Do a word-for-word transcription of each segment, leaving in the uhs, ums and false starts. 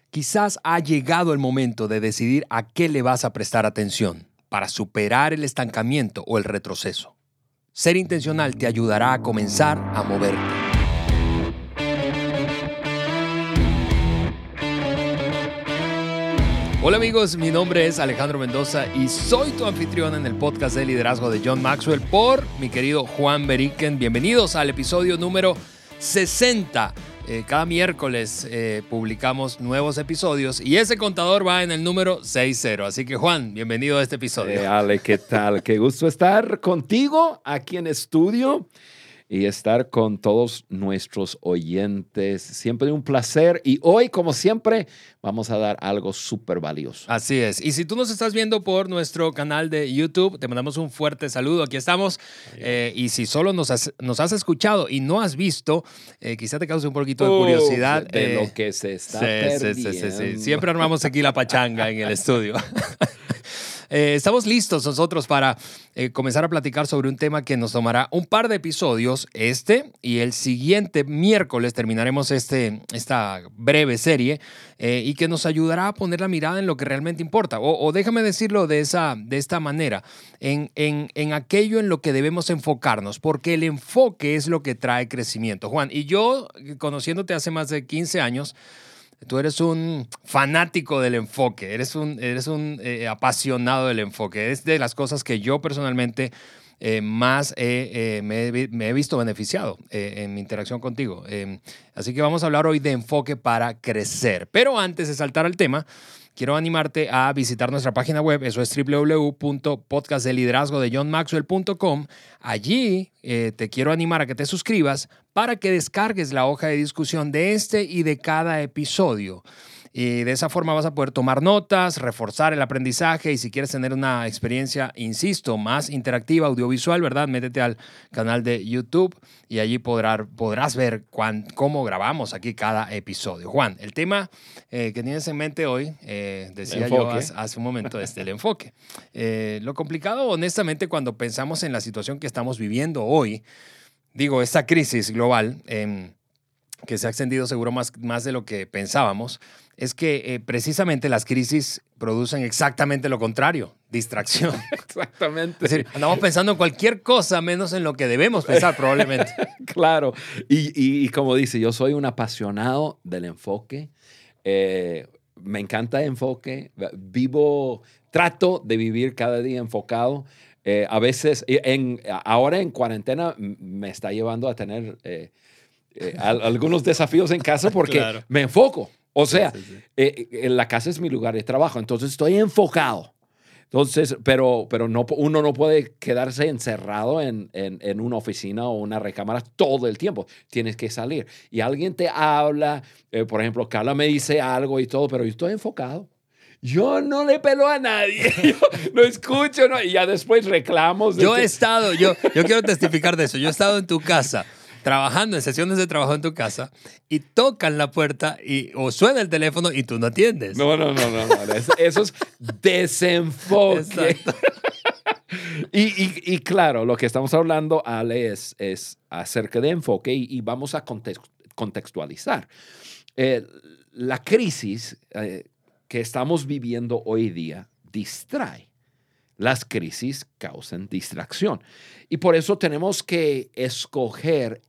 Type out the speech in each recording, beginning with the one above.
Quizás ha llegado el momento de decidir a qué le vas a prestar atención para superar el estancamiento o el retroceso. Ser intencional te ayudará a comenzar a moverte. Hola amigos, mi nombre es Alejandro Mendoza y soy tu anfitrión en el podcast de liderazgo de John Maxwell por mi querido Juan Beriken. Bienvenidos al episodio número sesenta. Eh, cada miércoles eh, publicamos nuevos episodios y ese contador va en el número sesenta. Así que Juan, bienvenido a este episodio. Eh, Ale, ¿qué tal? Qué gusto estar contigo aquí en estudio y estar con todos nuestros oyentes. Siempre un placer. Y hoy, como siempre, vamos a dar algo súper valioso. Así es. Y si tú nos estás viendo por nuestro canal de YouTube, te mandamos un fuerte saludo. Aquí estamos. Eh, y si solo nos has, nos has escuchado y no has visto, eh, quizá te cause un poquito de curiosidad. Uh, de eh, lo que se está sí, perdiendo. Sí, sí, sí, sí. Siempre armamos aquí la pachanga en el estudio. Eh, estamos listos nosotros para eh, comenzar a platicar sobre un tema que nos tomará un par de episodios, este y el siguiente miércoles terminaremos este, esta breve serie eh, y que nos ayudará a poner la mirada en lo que realmente importa. O, o déjame decirlo de, esa, de esta manera, en, en, en aquello en lo que debemos enfocarnos, porque el enfoque es lo que trae crecimiento. Juan, y yo, conociéndote hace más de quince años, tú eres un fanático del enfoque, eres un, eres un eh, apasionado del enfoque. Es de las cosas que yo personalmente eh, más eh, eh, me, he, me he visto beneficiado eh, en mi interacción contigo. Eh, así que vamos a hablar hoy de enfoque para crecer. Pero antes de saltar al tema, quiero animarte a visitar nuestra página web. Eso es doble u doble u doble u punto podcast de liderazgo de john maxwell punto com. Allí eh, te quiero animar a que te suscribas para que descargues la hoja de discusión de este y de cada episodio. Y de esa forma vas a poder tomar notas, reforzar el aprendizaje y si quieres tener una experiencia, insisto, más interactiva, audiovisual, ¿verdad? Métete al canal de YouTube y allí podrás, podrás ver cuán, cómo grabamos aquí cada episodio. Juan, el tema eh, que tienes en mente hoy, eh, decía yo hace, hace un momento, es el enfoque. Eh, lo complicado, honestamente, cuando pensamos en la situación que estamos viviendo hoy, digo, esta crisis global, eh, que se ha extendido seguro más, más de lo que pensábamos, es que eh, precisamente las crisis producen exactamente lo contrario, distracción. Exactamente. Es decir, andamos pensando en cualquier cosa menos en lo que debemos pensar probablemente. Claro. Y, y, y como dice, yo soy un apasionado del enfoque. Eh, me encanta el enfoque. Vivo, trato de vivir cada día enfocado. Eh, a veces, en, ahora en cuarentena me está llevando a tener eh, eh, algunos desafíos en casa porque claro. me enfoco. O sea, sí, sí, sí. Eh, la casa es mi lugar de trabajo, entonces estoy enfocado. Entonces, pero, pero no, uno no puede quedarse encerrado en, en, en una oficina o una recámara todo el tiempo. Tienes que salir. Y alguien te habla, eh, por ejemplo, Carla me dice algo y todo, pero yo estoy enfocado. Yo no le pelo a nadie, yo no escucho, ¿no? Y ya después reclamos. De yo que... he estado, yo, yo quiero testificar de eso, yo he estado en tu casa, trabajando en sesiones de trabajo en tu casa y tocan la puerta y, o suena el teléfono y tú no atiendes. No, no, no, no. no. Eso, eso es desenfoque. y, y, y claro, lo que estamos hablando, Ale, es, es acerca de enfoque y, y vamos a context, contextualizar. Eh, la crisis eh, que estamos viviendo hoy día distrae. Las crisis causan distracción. Y por eso tenemos que escoger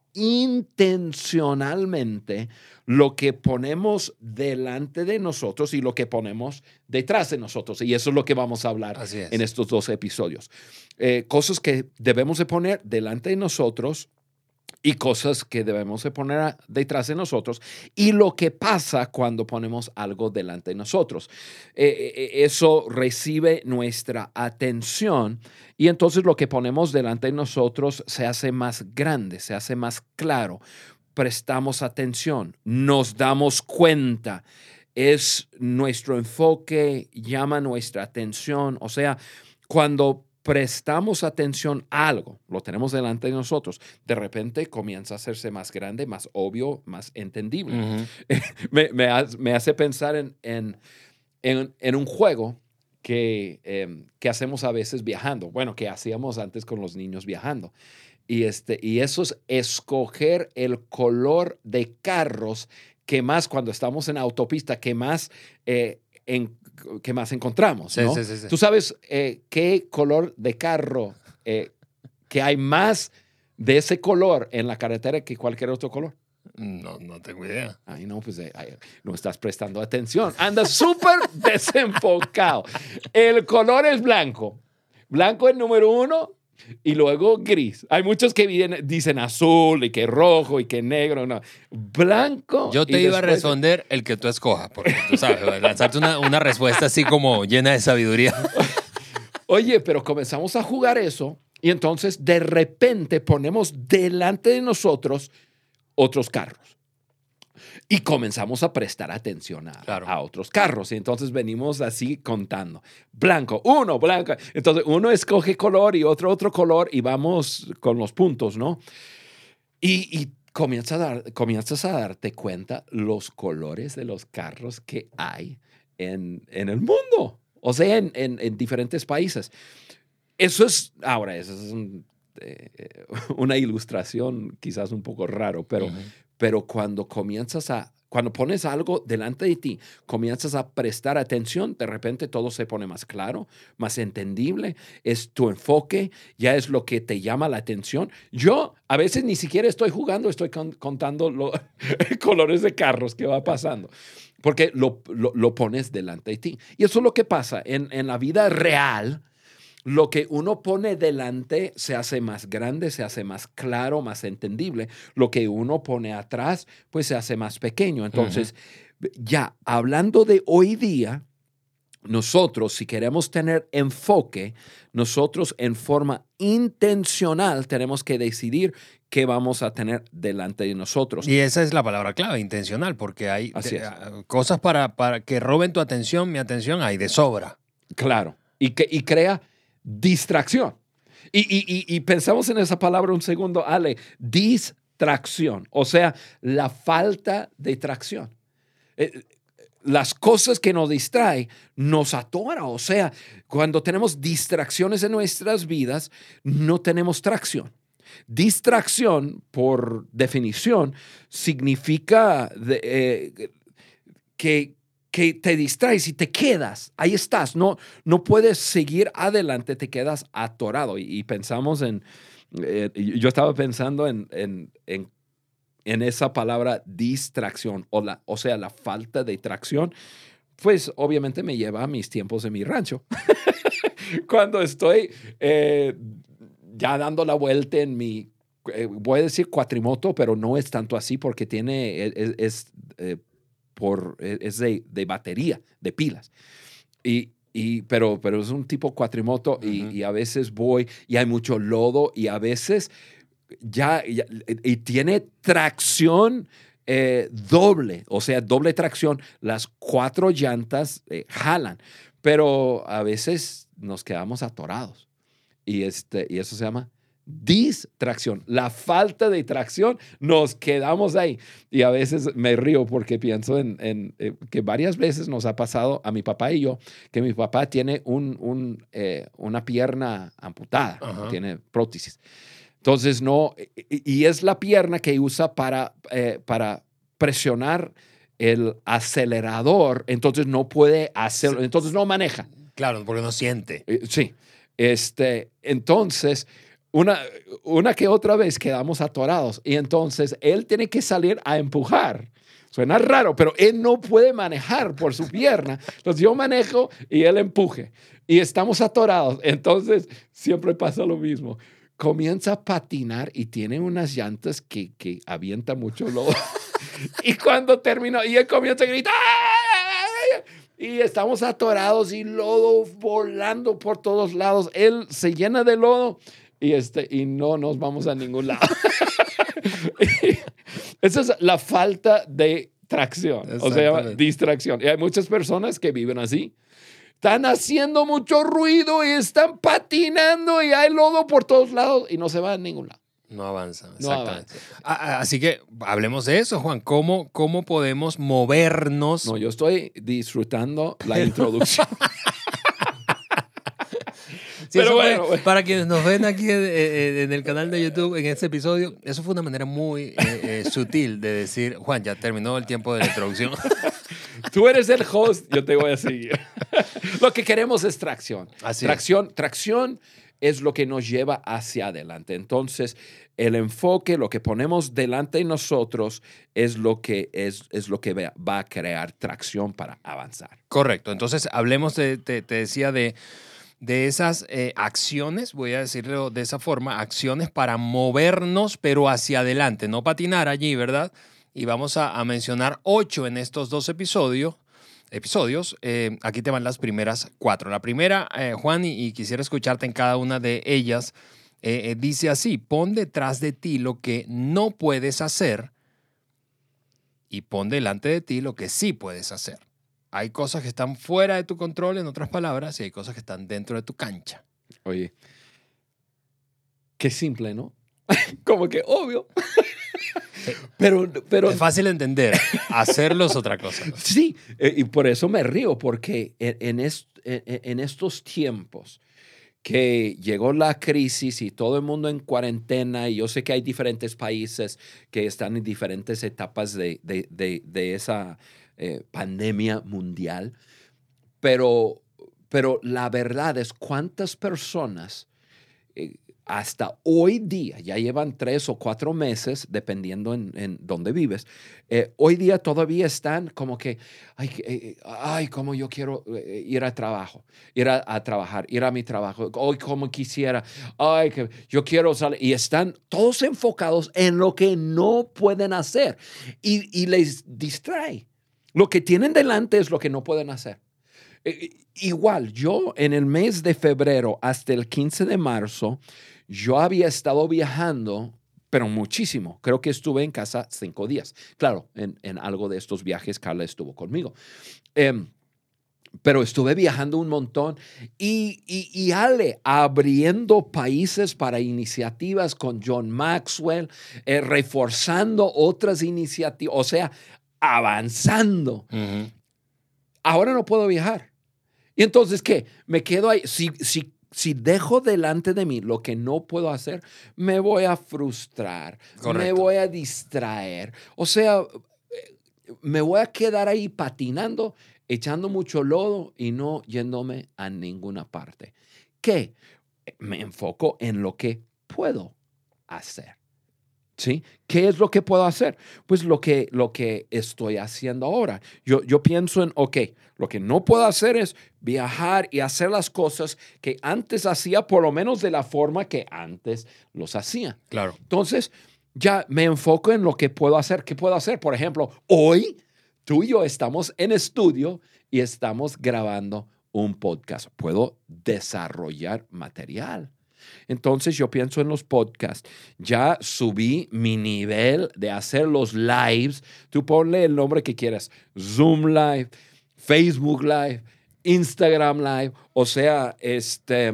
intencionalmente lo que ponemos delante de nosotros y lo que ponemos detrás de nosotros. Y eso es lo que vamos a hablar en estos dos episodios. Eh, cosas que debemos de poner delante de nosotros y cosas que debemos de poner detrás de nosotros y lo que pasa cuando ponemos algo delante de nosotros. Eh, eh, eso recibe nuestra atención y entonces lo que ponemos delante de nosotros se hace más grande, se hace más claro. Prestamos atención, nos damos cuenta. Es nuestro enfoque, llama nuestra atención. O sea, cuando prestamos atención a algo, lo tenemos delante de nosotros, de repente comienza a hacerse más grande, más obvio, más entendible. Uh-huh. me, me, hace, me hace pensar en, en, en, en un juego que, eh, que hacemos a veces viajando, bueno, que hacíamos antes con los niños viajando. Y, este, y eso es escoger el color de carros que más cuando estamos en autopista, que más, eh, en, que más encontramos, ¿no? Sí, sí, sí, sí. ¿Tú sabes eh, qué color de carro, eh, que hay más de ese color en la carretera que cualquier otro color? No, no tengo idea. Ay, no, pues eh, ay, no estás prestando atención. Andas súper desenfocado. El color es blanco. Blanco es número uno y luego gris. Hay muchos que vienen, dicen azul y que rojo y que negro. No. Blanco. Yo te y iba a después... responder el que tú escojas, porque tú sabes, lanzarte una, una respuesta así como llena de sabiduría. Oye, pero comenzamos a jugar eso y entonces de repente ponemos delante de nosotros otros carros. Y comenzamos a prestar atención a, claro. a otros carros. Y entonces venimos así contando. Blanco, uno, blanco. Entonces uno escoge color y otro otro color y vamos con los puntos, ¿no? Y, y comienzas, a dar, comienzas a darte cuenta los colores de los carros que hay en, en el mundo. O sea, en, en, en diferentes países. Eso es, ahora, eso es un, eh, una ilustración quizás un poco raro, pero, uh-huh. pero cuando comienzas a, cuando pones algo delante de ti, comienzas a prestar atención, de repente todo se pone más claro, más entendible, es tu enfoque, ya es lo que te llama la atención. Yo a veces ni siquiera estoy jugando, estoy con, contando los colores de carros que va pasando. Porque lo, lo, lo pones delante de ti. Y eso es lo que pasa en, en la vida real. Lo que uno pone delante se hace más grande, se hace más claro, más entendible. Lo que uno pone atrás, pues se hace más pequeño. Entonces, uh-huh. ya hablando de hoy día, nosotros, si queremos tener enfoque, nosotros en forma intencional tenemos que decidir qué vamos a tener delante de nosotros. Y esa es la palabra clave, intencional, porque hay de, cosas para, para que roben tu atención, mi atención, hay de sobra. Claro, y, que, y crea distracción. Y, y, y, y pensamos en esa palabra un segundo, Ale, distracción, o sea, la falta de tracción. Eh, Las cosas que nos distraen nos atoran. O sea, cuando tenemos distracciones en nuestras vidas, no tenemos tracción. Distracción, por definición, significa de, eh, que, que te distraes y te quedas. Ahí estás. No, no puedes seguir adelante, te quedas atorado. Y, y pensamos en, eh, yo estaba pensando en, en, en en esa palabra distracción, o, la, o sea, la falta de tracción, pues obviamente me lleva a mis tiempos de mi rancho. Cuando estoy eh, ya dando la vuelta en mi, eh, voy a decir cuatrimoto, pero no es tanto así porque tiene, es, es, eh, por, es de, de batería, de pilas. Y, y, pero, pero es un tipo cuatrimoto uh-huh. y, y a veces voy y hay mucho lodo y a veces... Ya, ya, y tiene tracción eh, doble, o sea, doble tracción. Las cuatro llantas eh, jalan, pero a veces nos quedamos atorados. Y, este, y eso se llama distracción. La falta de tracción, nos quedamos ahí. Y a veces me río porque pienso en, en eh, que varias veces nos ha pasado a mi papá y yo, que mi papá tiene un, un, eh, una pierna amputada, uh-huh. tiene prótesis. Entonces, no, y es la pierna que usa para, eh, para presionar el acelerador, entonces no puede hacerlo, entonces no maneja. Claro, porque no siente. Eh, sí, este, entonces, una, una que otra vez quedamos atorados y entonces él tiene que salir a empujar. Suena raro, pero él no puede manejar por su pierna. Entonces yo manejo y él empuje y estamos atorados. Entonces, siempre pasa lo mismo. Comienza a patinar y tiene unas llantas que, que avienta mucho lodo. Y cuando terminó, y él comienza a gritar, y estamos atorados y lodo volando por todos lados. Él se llena de lodo y, este, y no nos vamos a ningún lado. Esa es la falta de tracción, o sea, distracción. Y hay muchas personas que viven así. Están haciendo mucho ruido y están patinando y hay lodo por todos lados y no se va a ningún lado. No avanzan, no exactamente. Avanza. Así que hablemos de eso, Juan. ¿Cómo, cómo podemos movernos? No, yo estoy disfrutando la introducción. Sí, pero bueno, fue, bueno, para quienes nos ven aquí en, en el canal de YouTube, en este episodio, eso fue una manera muy eh, eh, sutil de decir, Juan, ya terminó el tiempo de la introducción. Tú eres el host, yo te voy a seguir. Lo que queremos es tracción. Así tracción, es. Tracción es lo que nos lleva hacia adelante. Entonces, el enfoque, lo que ponemos delante de nosotros es lo que, es, es lo que va a crear tracción para avanzar. Correcto. Entonces, hablemos, de, te, te decía, de, de esas eh, acciones, voy a decirlo de esa forma, acciones para movernos, pero hacia adelante, no patinar allí, ¿verdad? Y vamos a, a mencionar ocho en estos dos episodios. episodios. Eh, aquí te van las primeras cuatro. La primera, eh, Juan, y, y quisiera escucharte en cada una de ellas, eh, eh, dice así: pon detrás de ti lo que no puedes hacer y pon delante de ti lo que sí puedes hacer. Hay cosas que están fuera de tu control, en otras palabras, y hay cosas que están dentro de tu cancha. Oye, qué simple, ¿no? Como que obvio. Pero, pero, es fácil de entender, hacerlo es otra cosa. Sí, y por eso me río, porque en, en, est, en estos tiempos que llegó la crisis y todo el mundo en cuarentena, y yo sé que hay diferentes países que están en diferentes etapas de, de, de, de esa eh, pandemia mundial, pero, pero la verdad es cuántas personas eh, hasta hoy día, ya llevan tres o cuatro meses, dependiendo en, en dónde vives, eh, hoy día todavía están como que, ay, eh, ay cómo yo quiero eh, ir a trabajo, ir a, a trabajar, ir a mi trabajo, hoy como quisiera, ay, que yo quiero salir, y están todos enfocados en lo que no pueden hacer y, y les distrae. Lo que tienen delante es lo que no pueden hacer. Eh, igual, yo en el mes de febrero hasta el quince de marzo, yo había estado viajando, pero muchísimo. Creo que estuve en casa cinco días. Claro, en, en algo de estos viajes Carla estuvo conmigo. Eh, pero estuve viajando un montón y, y, y Ale, abriendo países para iniciativas con John Maxwell, eh, reforzando otras iniciativas, o sea, avanzando. Uh-huh. Ahora no puedo viajar. Y entonces, ¿qué? Me quedo ahí. Si, si, si dejo delante de mí lo que no puedo hacer, me voy a frustrar. Correcto. Me voy a distraer. O sea, me voy a quedar ahí patinando, echando mucho lodo y no yéndome a ninguna parte. ¿Qué? Me enfoco en lo que puedo hacer. ¿Sí? ¿Qué es lo que puedo hacer? Pues lo que, lo que estoy haciendo ahora. Yo, yo pienso en, ok, lo que no puedo hacer es viajar y hacer las cosas que antes hacía, por lo menos de la forma que antes los hacía. Claro. Entonces, ya me enfoco en lo que puedo hacer. ¿Qué puedo hacer? Por ejemplo, hoy tú y yo estamos en estudio y estamos grabando un podcast. Puedo desarrollar material. Entonces yo pienso en los podcasts. Ya subí mi nivel de hacer los lives. Tú ponle el nombre que quieras. Zoom Live, Facebook Live, Instagram Live. O sea, este...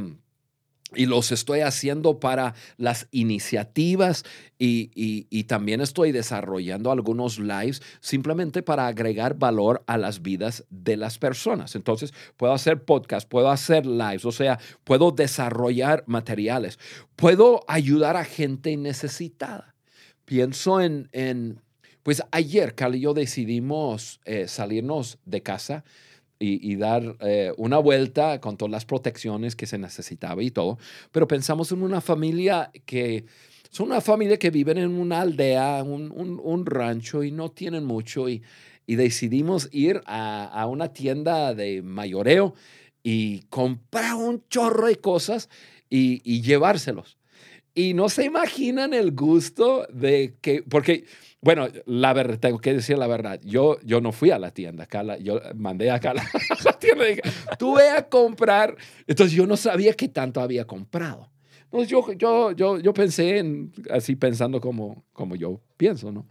Y los estoy haciendo para las iniciativas y, y, y también estoy desarrollando algunos lives simplemente para agregar valor a las vidas de las personas. Entonces, puedo hacer podcast, puedo hacer lives, o sea, puedo desarrollar materiales, puedo ayudar a gente necesitada. Pienso en, en pues ayer, Carla y yo decidimos eh, salirnos de casa Y, y dar eh, una vuelta con todas las protecciones que se necesitaba y todo. Pero pensamos en una familia que son una familia que viven en una aldea, un, un, un rancho y no tienen mucho. Y, y decidimos ir a, a una tienda de mayoreo y comprar un chorro de cosas y, y llevárselos. Y no se imaginan el gusto de que, porque, bueno, la verdad, tengo que decir la verdad, yo, yo no fui a la tienda, Carla, yo mandé a Carla a la tienda y dije, tú ve a comprar. Entonces yo no sabía qué tanto había comprado. Entonces yo, yo, yo, yo pensé en, así pensando como, como yo pienso, ¿no?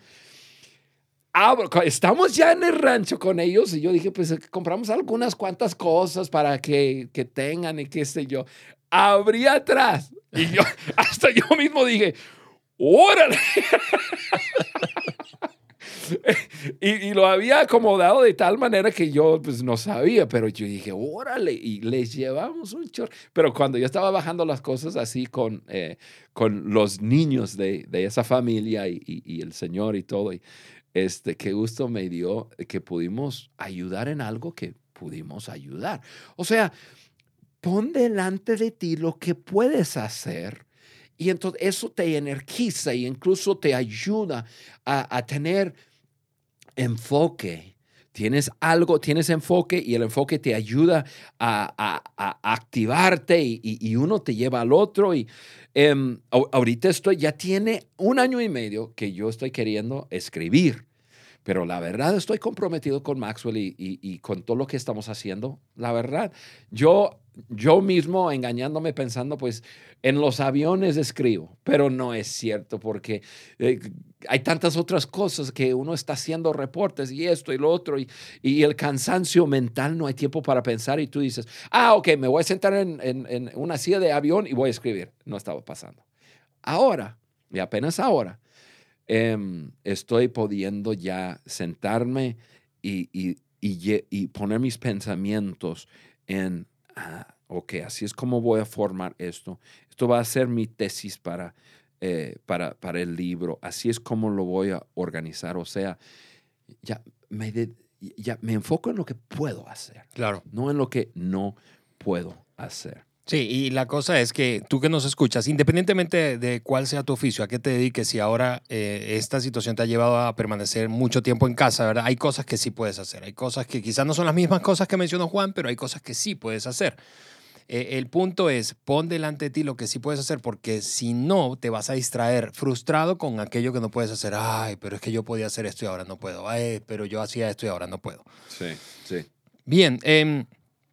Ah, estamos ya en el rancho con ellos y yo dije, pues compramos algunas cuantas cosas para que, que tengan y qué sé yo. Abrí atrás y yo, hasta yo mismo dije, ¡órale! y, y lo había acomodado de tal manera que yo pues no sabía, pero yo dije, órale, y les llevamos un chorro. Pero cuando yo estaba bajando las cosas así con, eh, con los niños de, de esa familia y, y, y el Señor y todo, y este, qué gusto me dio que pudimos ayudar en algo que pudimos ayudar. O sea, pon delante de ti lo que puedes hacer y entonces eso te energiza e incluso te ayuda a, a tener enfoque. Tienes algo, tienes enfoque y el enfoque te ayuda a, a, a activarte y, y, y uno te lleva al otro. Y um, ahorita estoy, ya tiene un año y medio que yo estoy queriendo escribir. Pero la verdad estoy comprometido con Maxwell y, y, y con todo lo que estamos haciendo. La verdad, yo, yo mismo engañándome pensando, pues en los aviones escribo, pero no es cierto porque eh, hay tantas otras cosas que uno está haciendo reportes y esto y lo otro y, y el cansancio mental, no hay tiempo para pensar y tú dices, ah, ok, me voy a sentar en, en, en una silla de avión y voy a escribir. No estaba pasando. Ahora, y apenas ahora, Um, estoy pudiendo ya sentarme y, y, y, y poner mis pensamientos en, ah, ok, así es como voy a formar esto. Esto va a ser mi tesis para, eh, para, para el libro. Así es como lo voy a organizar. O sea, ya me, de, ya me enfoco en lo que puedo hacer. Claro. No en lo que no puedo hacer. Sí, y la cosa es que tú que nos escuchas, independientemente de, de cuál sea tu oficio, a qué te dediques, si ahora eh, esta situación te ha llevado a permanecer mucho tiempo en casa, ¿verdad? Hay cosas que sí puedes hacer, hay cosas que quizás no son las mismas cosas que mencionó Juan, pero hay cosas que sí puedes hacer. Eh, el punto es, pon delante de ti lo que sí puedes hacer, porque si no, te vas a distraer frustrado con aquello que no puedes hacer. Ay, pero es que yo podía hacer esto y ahora no puedo. Ay, pero yo hacía esto y ahora no puedo. Sí, sí. Bien, eh,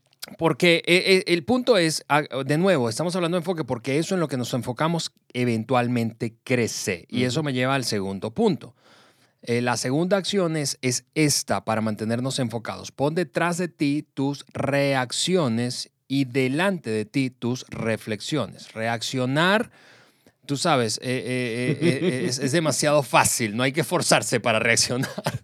porque el punto es, de nuevo, estamos hablando de enfoque porque eso en lo que nos enfocamos eventualmente crece. Y eso me lleva al segundo punto. Eh, la segunda acción es, es esta para mantenernos enfocados. Pon detrás de ti tus reacciones y delante de ti tus reflexiones. Reaccionar, tú sabes, eh, eh, eh, es, es demasiado fácil, no hay que forzarse para reaccionar.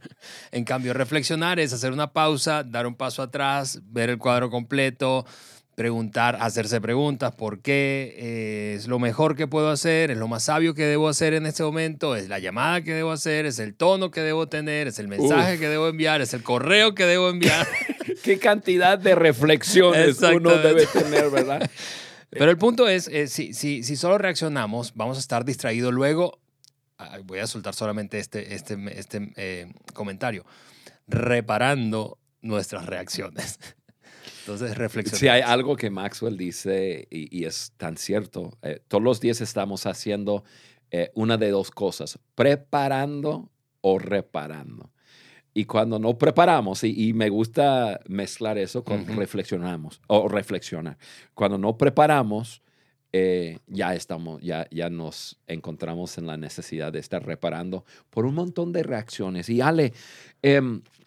En cambio, reflexionar es hacer una pausa, dar un paso atrás, ver el cuadro completo, preguntar, hacerse preguntas, ¿por qué? Eh, ¿Es lo mejor que puedo hacer? ¿Es lo más sabio que debo hacer en este momento? ¿Es la llamada que debo hacer? ¿Es el tono que debo tener? ¿Es el mensaje Uf. que debo enviar? ¿Es el correo que debo enviar? ¿Qué cantidad de reflexiones uno debe tener, verdad? Pero el punto es, eh, si, si, si solo reaccionamos, vamos a estar distraídos luego. Voy a soltar solamente este, este, este eh, comentario. Reparando nuestras reacciones. Entonces, reflexionemos. Si hay algo que Maxwell dice, y, y es tan cierto, eh, todos los días estamos haciendo eh, una de dos cosas, preparando o reparando. Y cuando no preparamos, y, y me gusta mezclar eso con uh-huh. reflexionamos o reflexionar. Cuando no preparamos, eh, ya estamos, ya, ya nos encontramos en la necesidad de estar reparando por un montón de reacciones. Y Ale, eh,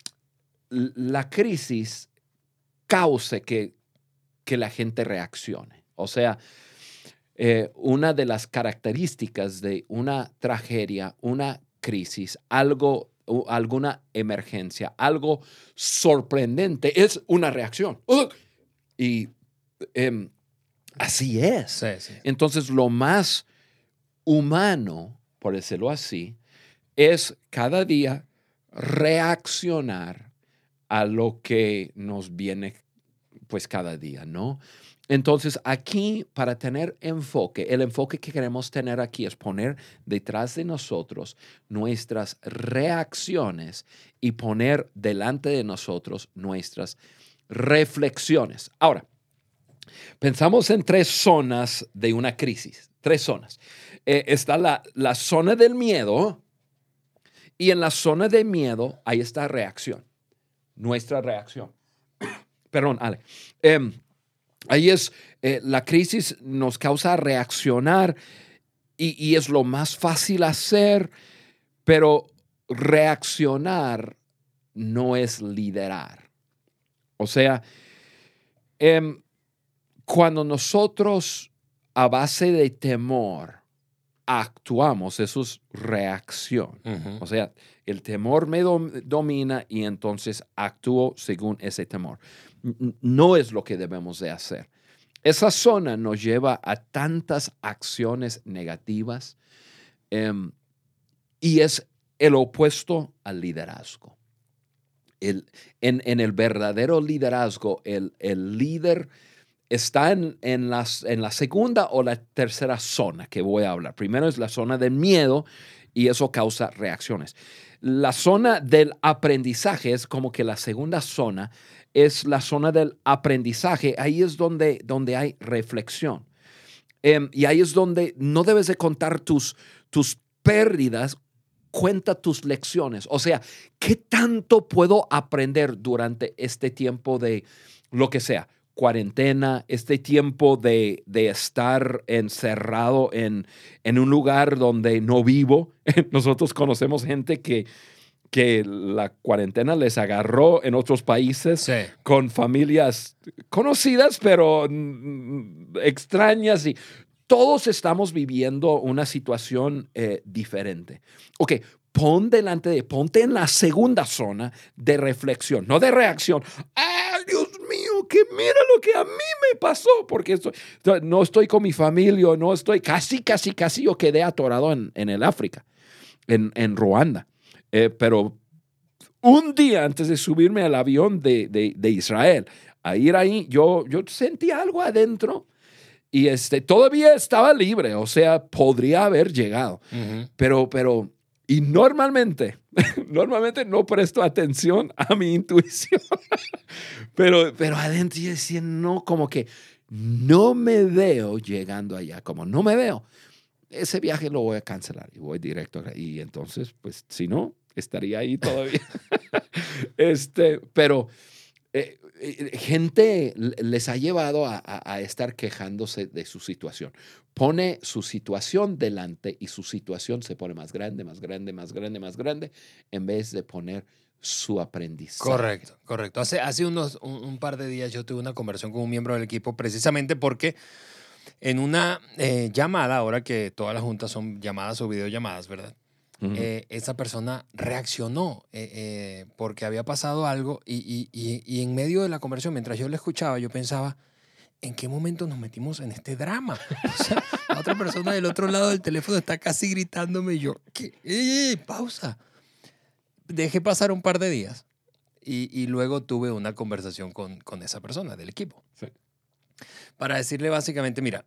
la crisis causa que, que la gente reaccione. O sea, eh, una de las características de una tragedia, una crisis, algo, alguna emergencia, algo sorprendente, es una reacción. Y eh, así es. Sí, sí. Entonces, lo más humano, por decirlo así, es cada día reaccionar a lo que nos viene pues cada día, ¿no? Entonces aquí para tener enfoque, el enfoque que queremos tener aquí es poner detrás de nosotros nuestras reacciones y poner delante de nosotros nuestras reflexiones. Ahora, pensamos en tres zonas de una crisis, tres zonas. Eh, está la, la zona del miedo y en la zona de miedo ahí está reacción. Nuestra reacción. Perdón, Ale. Eh, ahí es, eh, la crisis nos causa reaccionar y, y es lo más fácil hacer, pero reaccionar no es liderar. O sea, eh, cuando nosotros a base de temor actuamos, eso es reacción. Uh-huh. O sea, el temor me dom- domina y entonces actúo según ese temor. N- no es lo que debemos de hacer. Esa zona nos lleva a tantas acciones negativas um, y es el opuesto al liderazgo. El, en, en el verdadero liderazgo, el, el líder está en, en, las, en la segunda o la tercera zona que voy a hablar. Primero es la zona del miedo y eso causa reacciones. La zona del aprendizaje es como que la segunda zona es la zona del aprendizaje. Ahí es donde, donde hay reflexión. Um, y ahí es donde no debes de contar tus, tus pérdidas, cuenta tus lecciones. O sea, ¿qué tanto puedo aprender durante este tiempo de lo que sea? Cuarentena, este tiempo de, de estar encerrado en, en un lugar donde no vivo. Nosotros conocemos gente que, que la cuarentena les agarró en otros países, sí, con familias conocidas, pero mm, extrañas, y todos estamos viviendo una situación eh, diferente. Ok, pon delante de, ponte en la segunda zona de reflexión, no de reacción. ¡Ay, Dios mío, que mira lo que a mí me pasó! Porque estoy, no estoy con mi familia, no estoy, casi, casi, casi yo quedé atorado en, en el África, en, en Ruanda. Eh, pero un día antes de subirme al avión de, de, de Israel, a ir ahí, yo, yo sentí algo adentro. Y este, todavía estaba libre, o sea, podría haber llegado. Uh-huh. Pero, pero, y normalmente, normalmente no presto atención a mi intuición. pero, pero adentro yo decía, no, como que no me veo llegando allá, como no me veo. Ese viaje lo voy a cancelar y voy directo. Y entonces, pues, si no, estaría ahí todavía. este, pero... Eh, gente les ha llevado a, a, a estar quejándose de su situación. Pone su situación delante y su situación se pone más grande, más grande, más grande, más grande, en vez de poner su aprendizaje. Correcto, correcto. Hace, hace unos, un, un par de días yo tuve una conversación con un miembro del equipo precisamente porque en una eh, llamada, ahora que todas las juntas son llamadas o videollamadas, ¿verdad? Uh-huh. Eh, esa persona reaccionó eh, eh, porque había pasado algo y, y, y, y en medio de la conversación, mientras yo le escuchaba, yo pensaba, ¿en qué momento nos metimos en este drama? O sea, la otra persona del otro lado del teléfono está casi gritándome y yo, ¿qué? ¡Eh, pausa! Dejé pasar un par de días y, y luego tuve una conversación con, con esa persona del equipo. Sí. Para decirle básicamente, mira,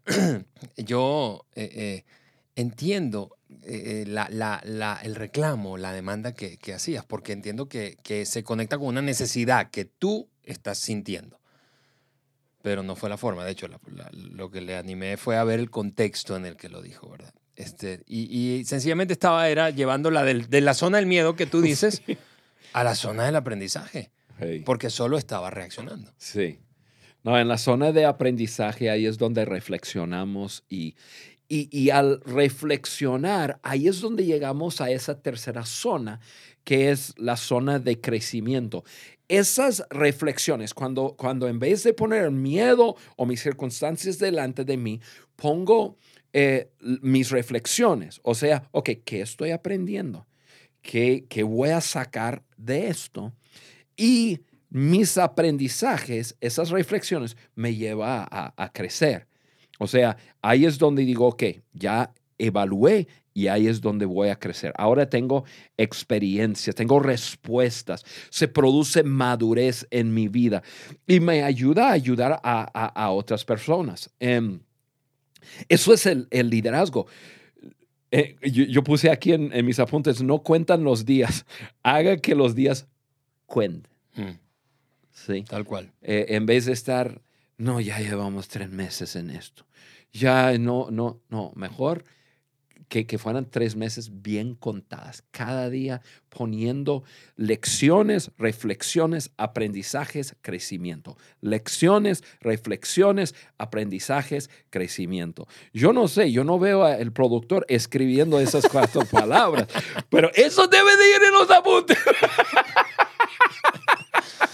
yo eh, eh, entiendo eh, la, la, la, el reclamo, la demanda que, que hacías, porque entiendo que, que se conecta con una necesidad que tú estás sintiendo. Pero no fue la forma. De hecho, la, la, lo que le animé fue a ver el contexto en el que lo dijo, ¿verdad? Este, y, y sencillamente estaba era llevándola del, de la zona del miedo que tú dices sí. a la zona del aprendizaje. Hey. Porque solo estaba reaccionando. Sí. No, en la zona de aprendizaje ahí es donde reflexionamos y, y, y al reflexionar, ahí es donde llegamos a esa tercera zona, que es la zona de crecimiento. Esas reflexiones, cuando, cuando en vez de poner miedo o mis circunstancias delante de mí, pongo eh, mis reflexiones. O sea, ok, ¿qué estoy aprendiendo? ¿Qué, qué voy a sacar de esto? Y mis aprendizajes, esas reflexiones, me llevan a, a crecer. O sea, ahí es donde digo, ok, ya evalué y ahí es donde voy a crecer. Ahora tengo experiencia, tengo respuestas, se produce madurez en mi vida y me ayuda a ayudar a, a, a otras personas. Um, eso es el, el liderazgo. Eh, yo, yo puse aquí en, en mis apuntes, no cuentan los días, haga que los días cuenten. Hmm. Sí. Tal cual. Eh, en vez de estar, no, ya llevamos tres meses en esto. Ya no, no, no, mejor que, que fueran tres meses bien contadas. Cada día poniendo lecciones, reflexiones, aprendizajes, crecimiento. Lecciones, reflexiones, aprendizajes, crecimiento. Yo no sé, yo no veo al productor escribiendo esas cuatro palabras, pero eso debe de ir en los apuntes.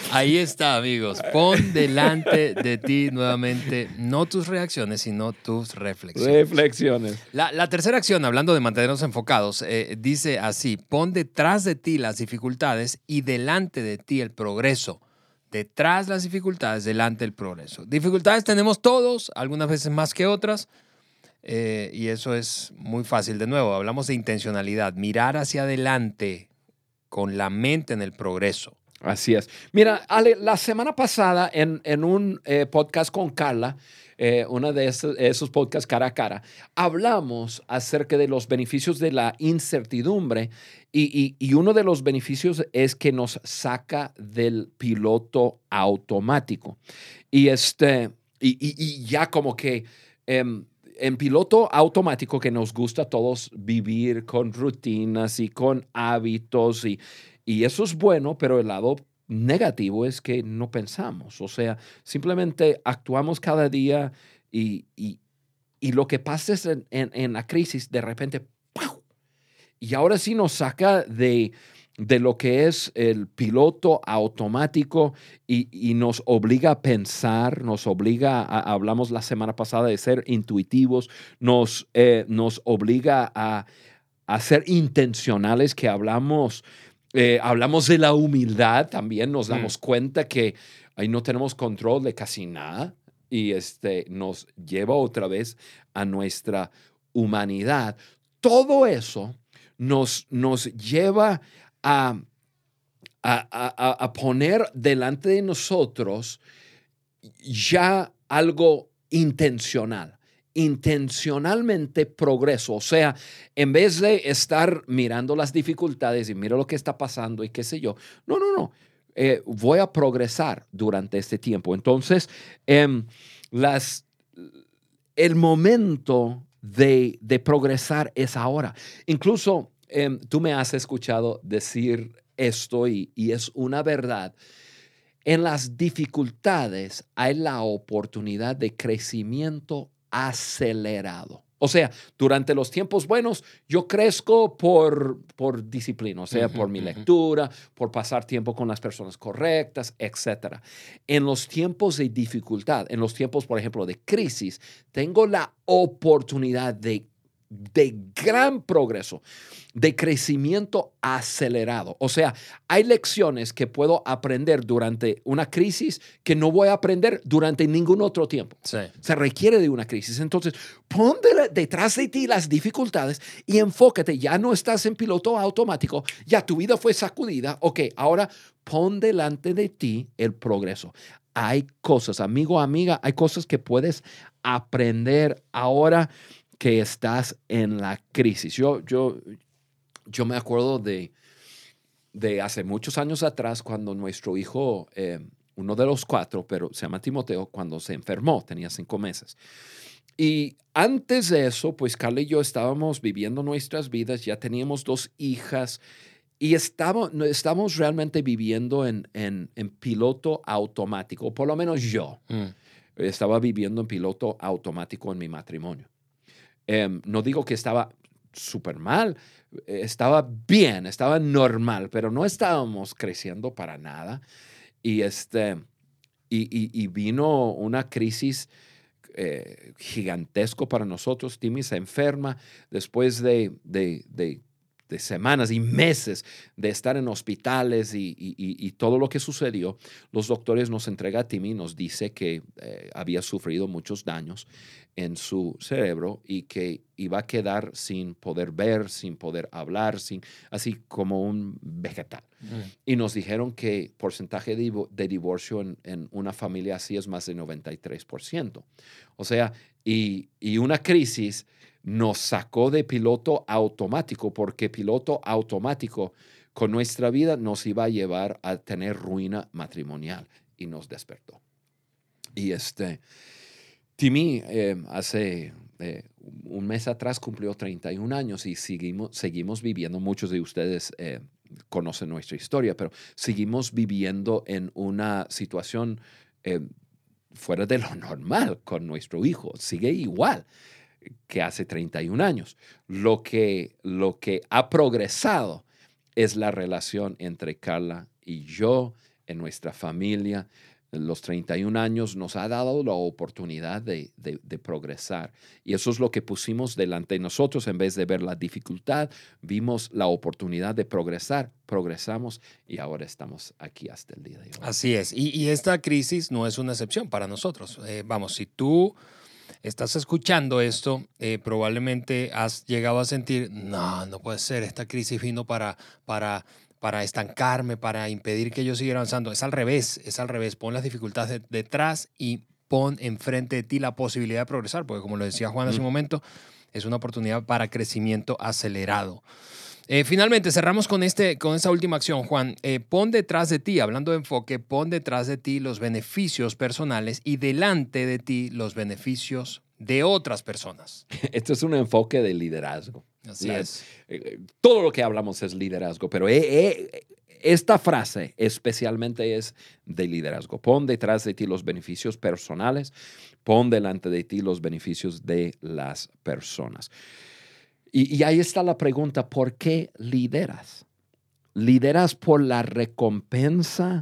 Ahí está, amigos. Pon delante de ti nuevamente no tus reacciones, sino tus reflexiones. Reflexiones. La, la tercera acción, hablando de mantenernos enfocados, eh, dice así: pon detrás de ti las dificultades y delante de ti el progreso. Detrás las dificultades, delante el progreso. Dificultades tenemos todos, algunas veces más que otras. Eh, y eso es muy fácil. De nuevo, hablamos de intencionalidad, mirar hacia adelante con la mente en el progreso. Así es. Mira, Ale, la semana pasada en, en un eh, podcast con Carla, eh, uno de esos, esos podcasts cara a cara, hablamos acerca de los beneficios de la incertidumbre y, y, y uno de los beneficios es que nos saca del piloto automático. Y, este, y, y, y ya como que... Eh, En piloto automático, que nos gusta a todos vivir con rutinas y con hábitos, y, y eso es bueno, pero el lado negativo es que no pensamos. O sea, simplemente actuamos cada día y, y, y lo que pasa es en, en, en la crisis, de repente, ¡pau! Y ahora sí nos saca de, de lo que es el piloto automático y, y nos obliga a pensar, nos obliga, a, hablamos la semana pasada de ser intuitivos, nos, eh, nos obliga a, a ser intencionales, que hablamos, eh, hablamos de la humildad también, nos damos mm. cuenta que ahí no tenemos control de casi nada y este, nos lleva otra vez a nuestra humanidad. Todo eso nos, nos lleva a, a, a, a poner delante de nosotros ya algo intencional, intencionalmente progreso. O sea, en vez de estar mirando las dificultades y mira lo que está pasando y qué sé yo, no, no, no, eh, voy a progresar durante este tiempo. Entonces, eh, las, el momento de, de progresar es ahora. Incluso eh, tú me has escuchado decir esto y, y es una verdad. En las dificultades hay la oportunidad de crecimiento acelerado. O sea, durante los tiempos buenos, yo crezco por, por disciplina, o sea, uh-huh, por mi uh-huh. lectura, por pasar tiempo con las personas correctas, etcétera. En los tiempos de dificultad, en los tiempos, por ejemplo, de crisis, tengo la oportunidad de de gran progreso, de crecimiento acelerado. O sea, hay lecciones que puedo aprender durante una crisis que no voy a aprender durante ningún otro tiempo. Sí. Se requiere de una crisis. Entonces, pon de, detrás de ti las dificultades y enfócate. Ya no estás en piloto automático. Ya tu vida fue sacudida. Ok, ahora pon delante de ti el progreso. Hay cosas, amigo, amiga, hay cosas que puedes aprender ahora que estás en la crisis. Yo, yo, yo me acuerdo de, de hace muchos años atrás cuando nuestro hijo, eh, uno de los cuatro, pero se llama Timoteo, cuando se enfermó, tenía cinco meses. Y antes de eso, pues Carla y yo estábamos viviendo nuestras vidas, ya teníamos dos hijas y estábamos, estábamos realmente viviendo en, en, en piloto automático, por lo menos yo. Mm. Estaba viviendo en piloto automático en mi matrimonio. Um, no digo que estaba súper mal, estaba bien, estaba normal, pero no estábamos creciendo para nada. Y, este, y, y, y vino una crisis eh, gigantesca para nosotros. Timmy se enferma después de, de, de, de semanas y meses de estar en hospitales y, y, y todo lo que sucedió. Los doctores nos entregan a Timmy y nos dice que eh, había sufrido muchos daños en su cerebro y que iba a quedar sin poder ver, sin poder hablar, sin, así como un vegetal. Mm. Y nos dijeron que porcentaje de, de divorcio en, en una familia así es más de noventa y tres por ciento. O sea, y, y una crisis nos sacó de piloto automático, porque piloto automático con nuestra vida nos iba a llevar a tener ruina matrimonial y nos despertó. Y este... Timmy eh, hace eh, un mes atrás cumplió treinta y un años y seguimos, seguimos viviendo, muchos de ustedes eh, conocen nuestra historia, pero seguimos viviendo en una situación eh, fuera de lo normal con nuestro hijo. Sigue igual que hace treinta y un años. Lo que, lo que ha progresado es la relación entre Carla y yo, en nuestra familia. Los treinta y un años nos ha dado la oportunidad de, de, de progresar. Y eso es lo que pusimos delante de nosotros. En vez de ver la dificultad, vimos la oportunidad de progresar. Progresamos y ahora estamos aquí hasta el día de hoy. Así es. Y, y esta crisis no es una excepción para nosotros. Eh, vamos, si tú estás escuchando esto, eh, probablemente has llegado a sentir, no, no puede ser, esta crisis vino para... para para estancarme, para impedir que yo siga avanzando. Es al revés, es al revés. Pon las dificultades de, detrás y pon enfrente de ti la posibilidad de progresar, porque como lo decía Juan hace mm. un momento, es una oportunidad para crecimiento acelerado. Eh, finalmente, cerramos con, este, con esta última acción, Juan. Eh, pon detrás de ti, hablando de enfoque, pon detrás de ti los beneficios personales y delante de ti los beneficios de otras personas. Esto es un enfoque de liderazgo. Así La, es. Eh, todo lo que hablamos es liderazgo, pero eh, eh, esta frase especialmente es de liderazgo. Pon detrás de ti los beneficios personales, pon delante de ti los beneficios de las personas. Y, y ahí está la pregunta, ¿por qué lideras? ¿Lideras por la recompensa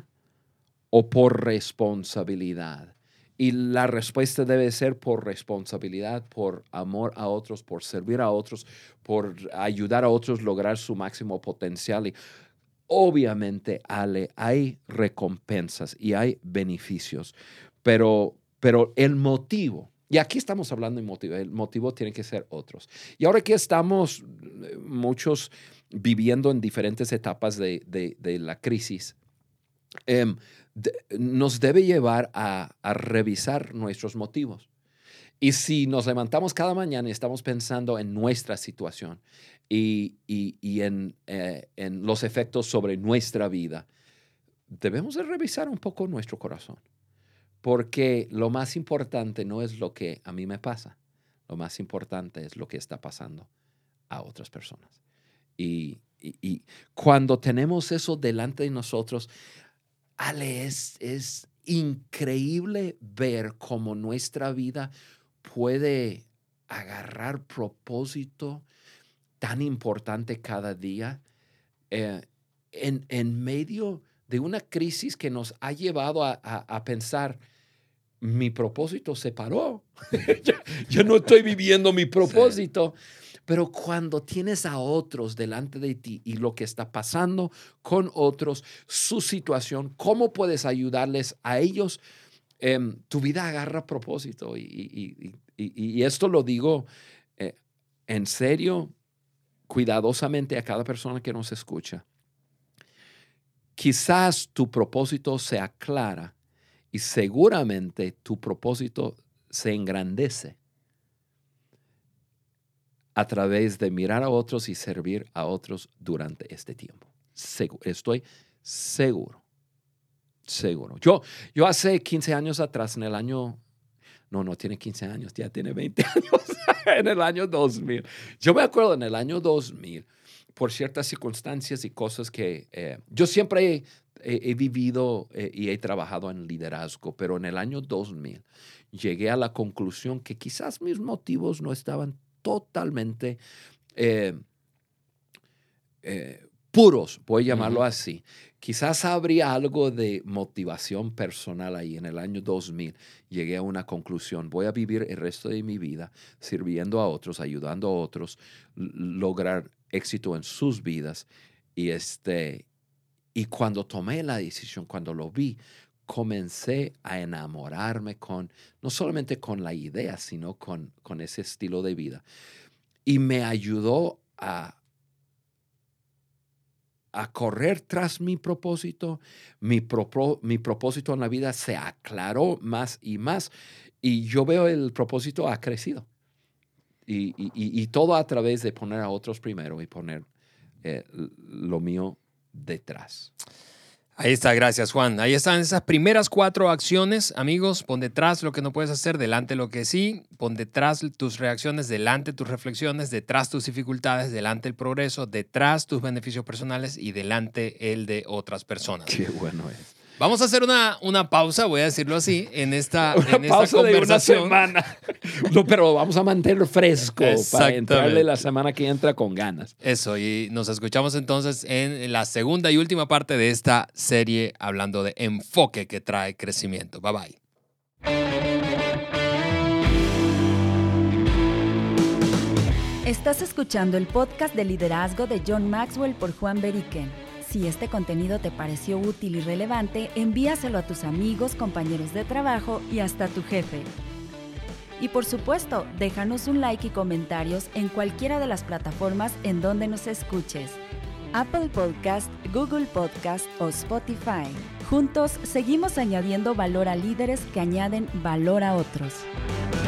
o por responsabilidad? Y la respuesta debe ser por responsabilidad, por amor a otros, por servir a otros, por ayudar a otros a lograr su máximo potencial. Y obviamente, Ale, hay recompensas y hay beneficios, pero, pero el motivo, y aquí estamos hablando de motivo, el motivo tiene que ser otros. Y ahora que estamos muchos viviendo en diferentes etapas de, de, de la crisis, eh, De, nos debe llevar a, a revisar nuestros motivos. Y si nos levantamos cada mañana y estamos pensando en nuestra situación y, y, y en, eh, en los efectos sobre nuestra vida, debemos de revisar un poco nuestro corazón. Porque lo más importante no es lo que a mí me pasa. Lo más importante es lo que está pasando a otras personas. Y, y, y cuando tenemos eso delante de nosotros, Ale, es, es increíble ver cómo nuestra vida puede agarrar propósito tan importante cada día eh, en, en medio de una crisis que nos ha llevado a, a, a pensar, mi propósito se paró. yo, yo no estoy viviendo mi propósito. Sí. Pero cuando tienes a otros delante de ti y lo que está pasando con otros, su situación, cómo puedes ayudarles a ellos, eh, tu vida agarra propósito. Y, y, y, y esto lo digo eh, en serio, cuidadosamente a cada persona que nos escucha. Quizás tu propósito se aclara y seguramente tu propósito se engrandece a través de mirar a otros y servir a otros durante este tiempo. Seguro, estoy seguro, seguro. Yo, yo hace quince años atrás, en el año, no, no tiene quince años, ya tiene veinte años, en el año dos mil. Yo me acuerdo en el año dos mil, por ciertas circunstancias y cosas que eh, yo siempre he, he, he vivido eh, y he trabajado en liderazgo, pero en el año dos mil llegué a la conclusión que quizás mis motivos no estaban totalmente eh, eh, puros, voy a llamarlo uh-huh. así. Quizás habría algo de motivación personal ahí. En el año dos mil llegué a una conclusión. Voy a vivir el resto de mi vida sirviendo a otros, ayudando a otros, l- lograr éxito en sus vidas. Y, este, y cuando tomé la decisión, cuando lo vi, comencé a enamorarme con, no solamente con la idea, sino con, con ese estilo de vida. Y me ayudó a, a correr tras mi propósito. Mi, propo, mi propósito en la vida se aclaró más y más. Y yo veo el propósito ha crecido. Y, y, y todo a través de poner a otros primero y poner eh, lo mío detrás. Ahí está, gracias Juan. Ahí están esas primeras cuatro acciones, amigos. Pon detrás lo que no puedes hacer, delante lo que sí. Pon detrás tus reacciones, delante tus reflexiones, detrás tus dificultades, delante el progreso, detrás tus beneficios personales y delante el de otras personas. Qué bueno es. Vamos a hacer una, una pausa, voy a decirlo así, en esta, una en esta pausa conversación. de una semana. No, pero vamos a mantenerlo fresco para entrarle la semana que entra con ganas. Eso, y nos escuchamos entonces en la segunda y última parte de esta serie hablando de enfoque que trae crecimiento. Bye bye. Estás escuchando el podcast de liderazgo de John Maxwell por Juan Beriken. Si este contenido te pareció útil y relevante, envíaselo a tus amigos, compañeros de trabajo y hasta tu jefe. Y por supuesto, déjanos un like y comentarios en cualquiera de las plataformas en donde nos escuches. Apple Podcast, Google Podcast o Spotify. Juntos seguimos añadiendo valor a líderes que añaden valor a otros.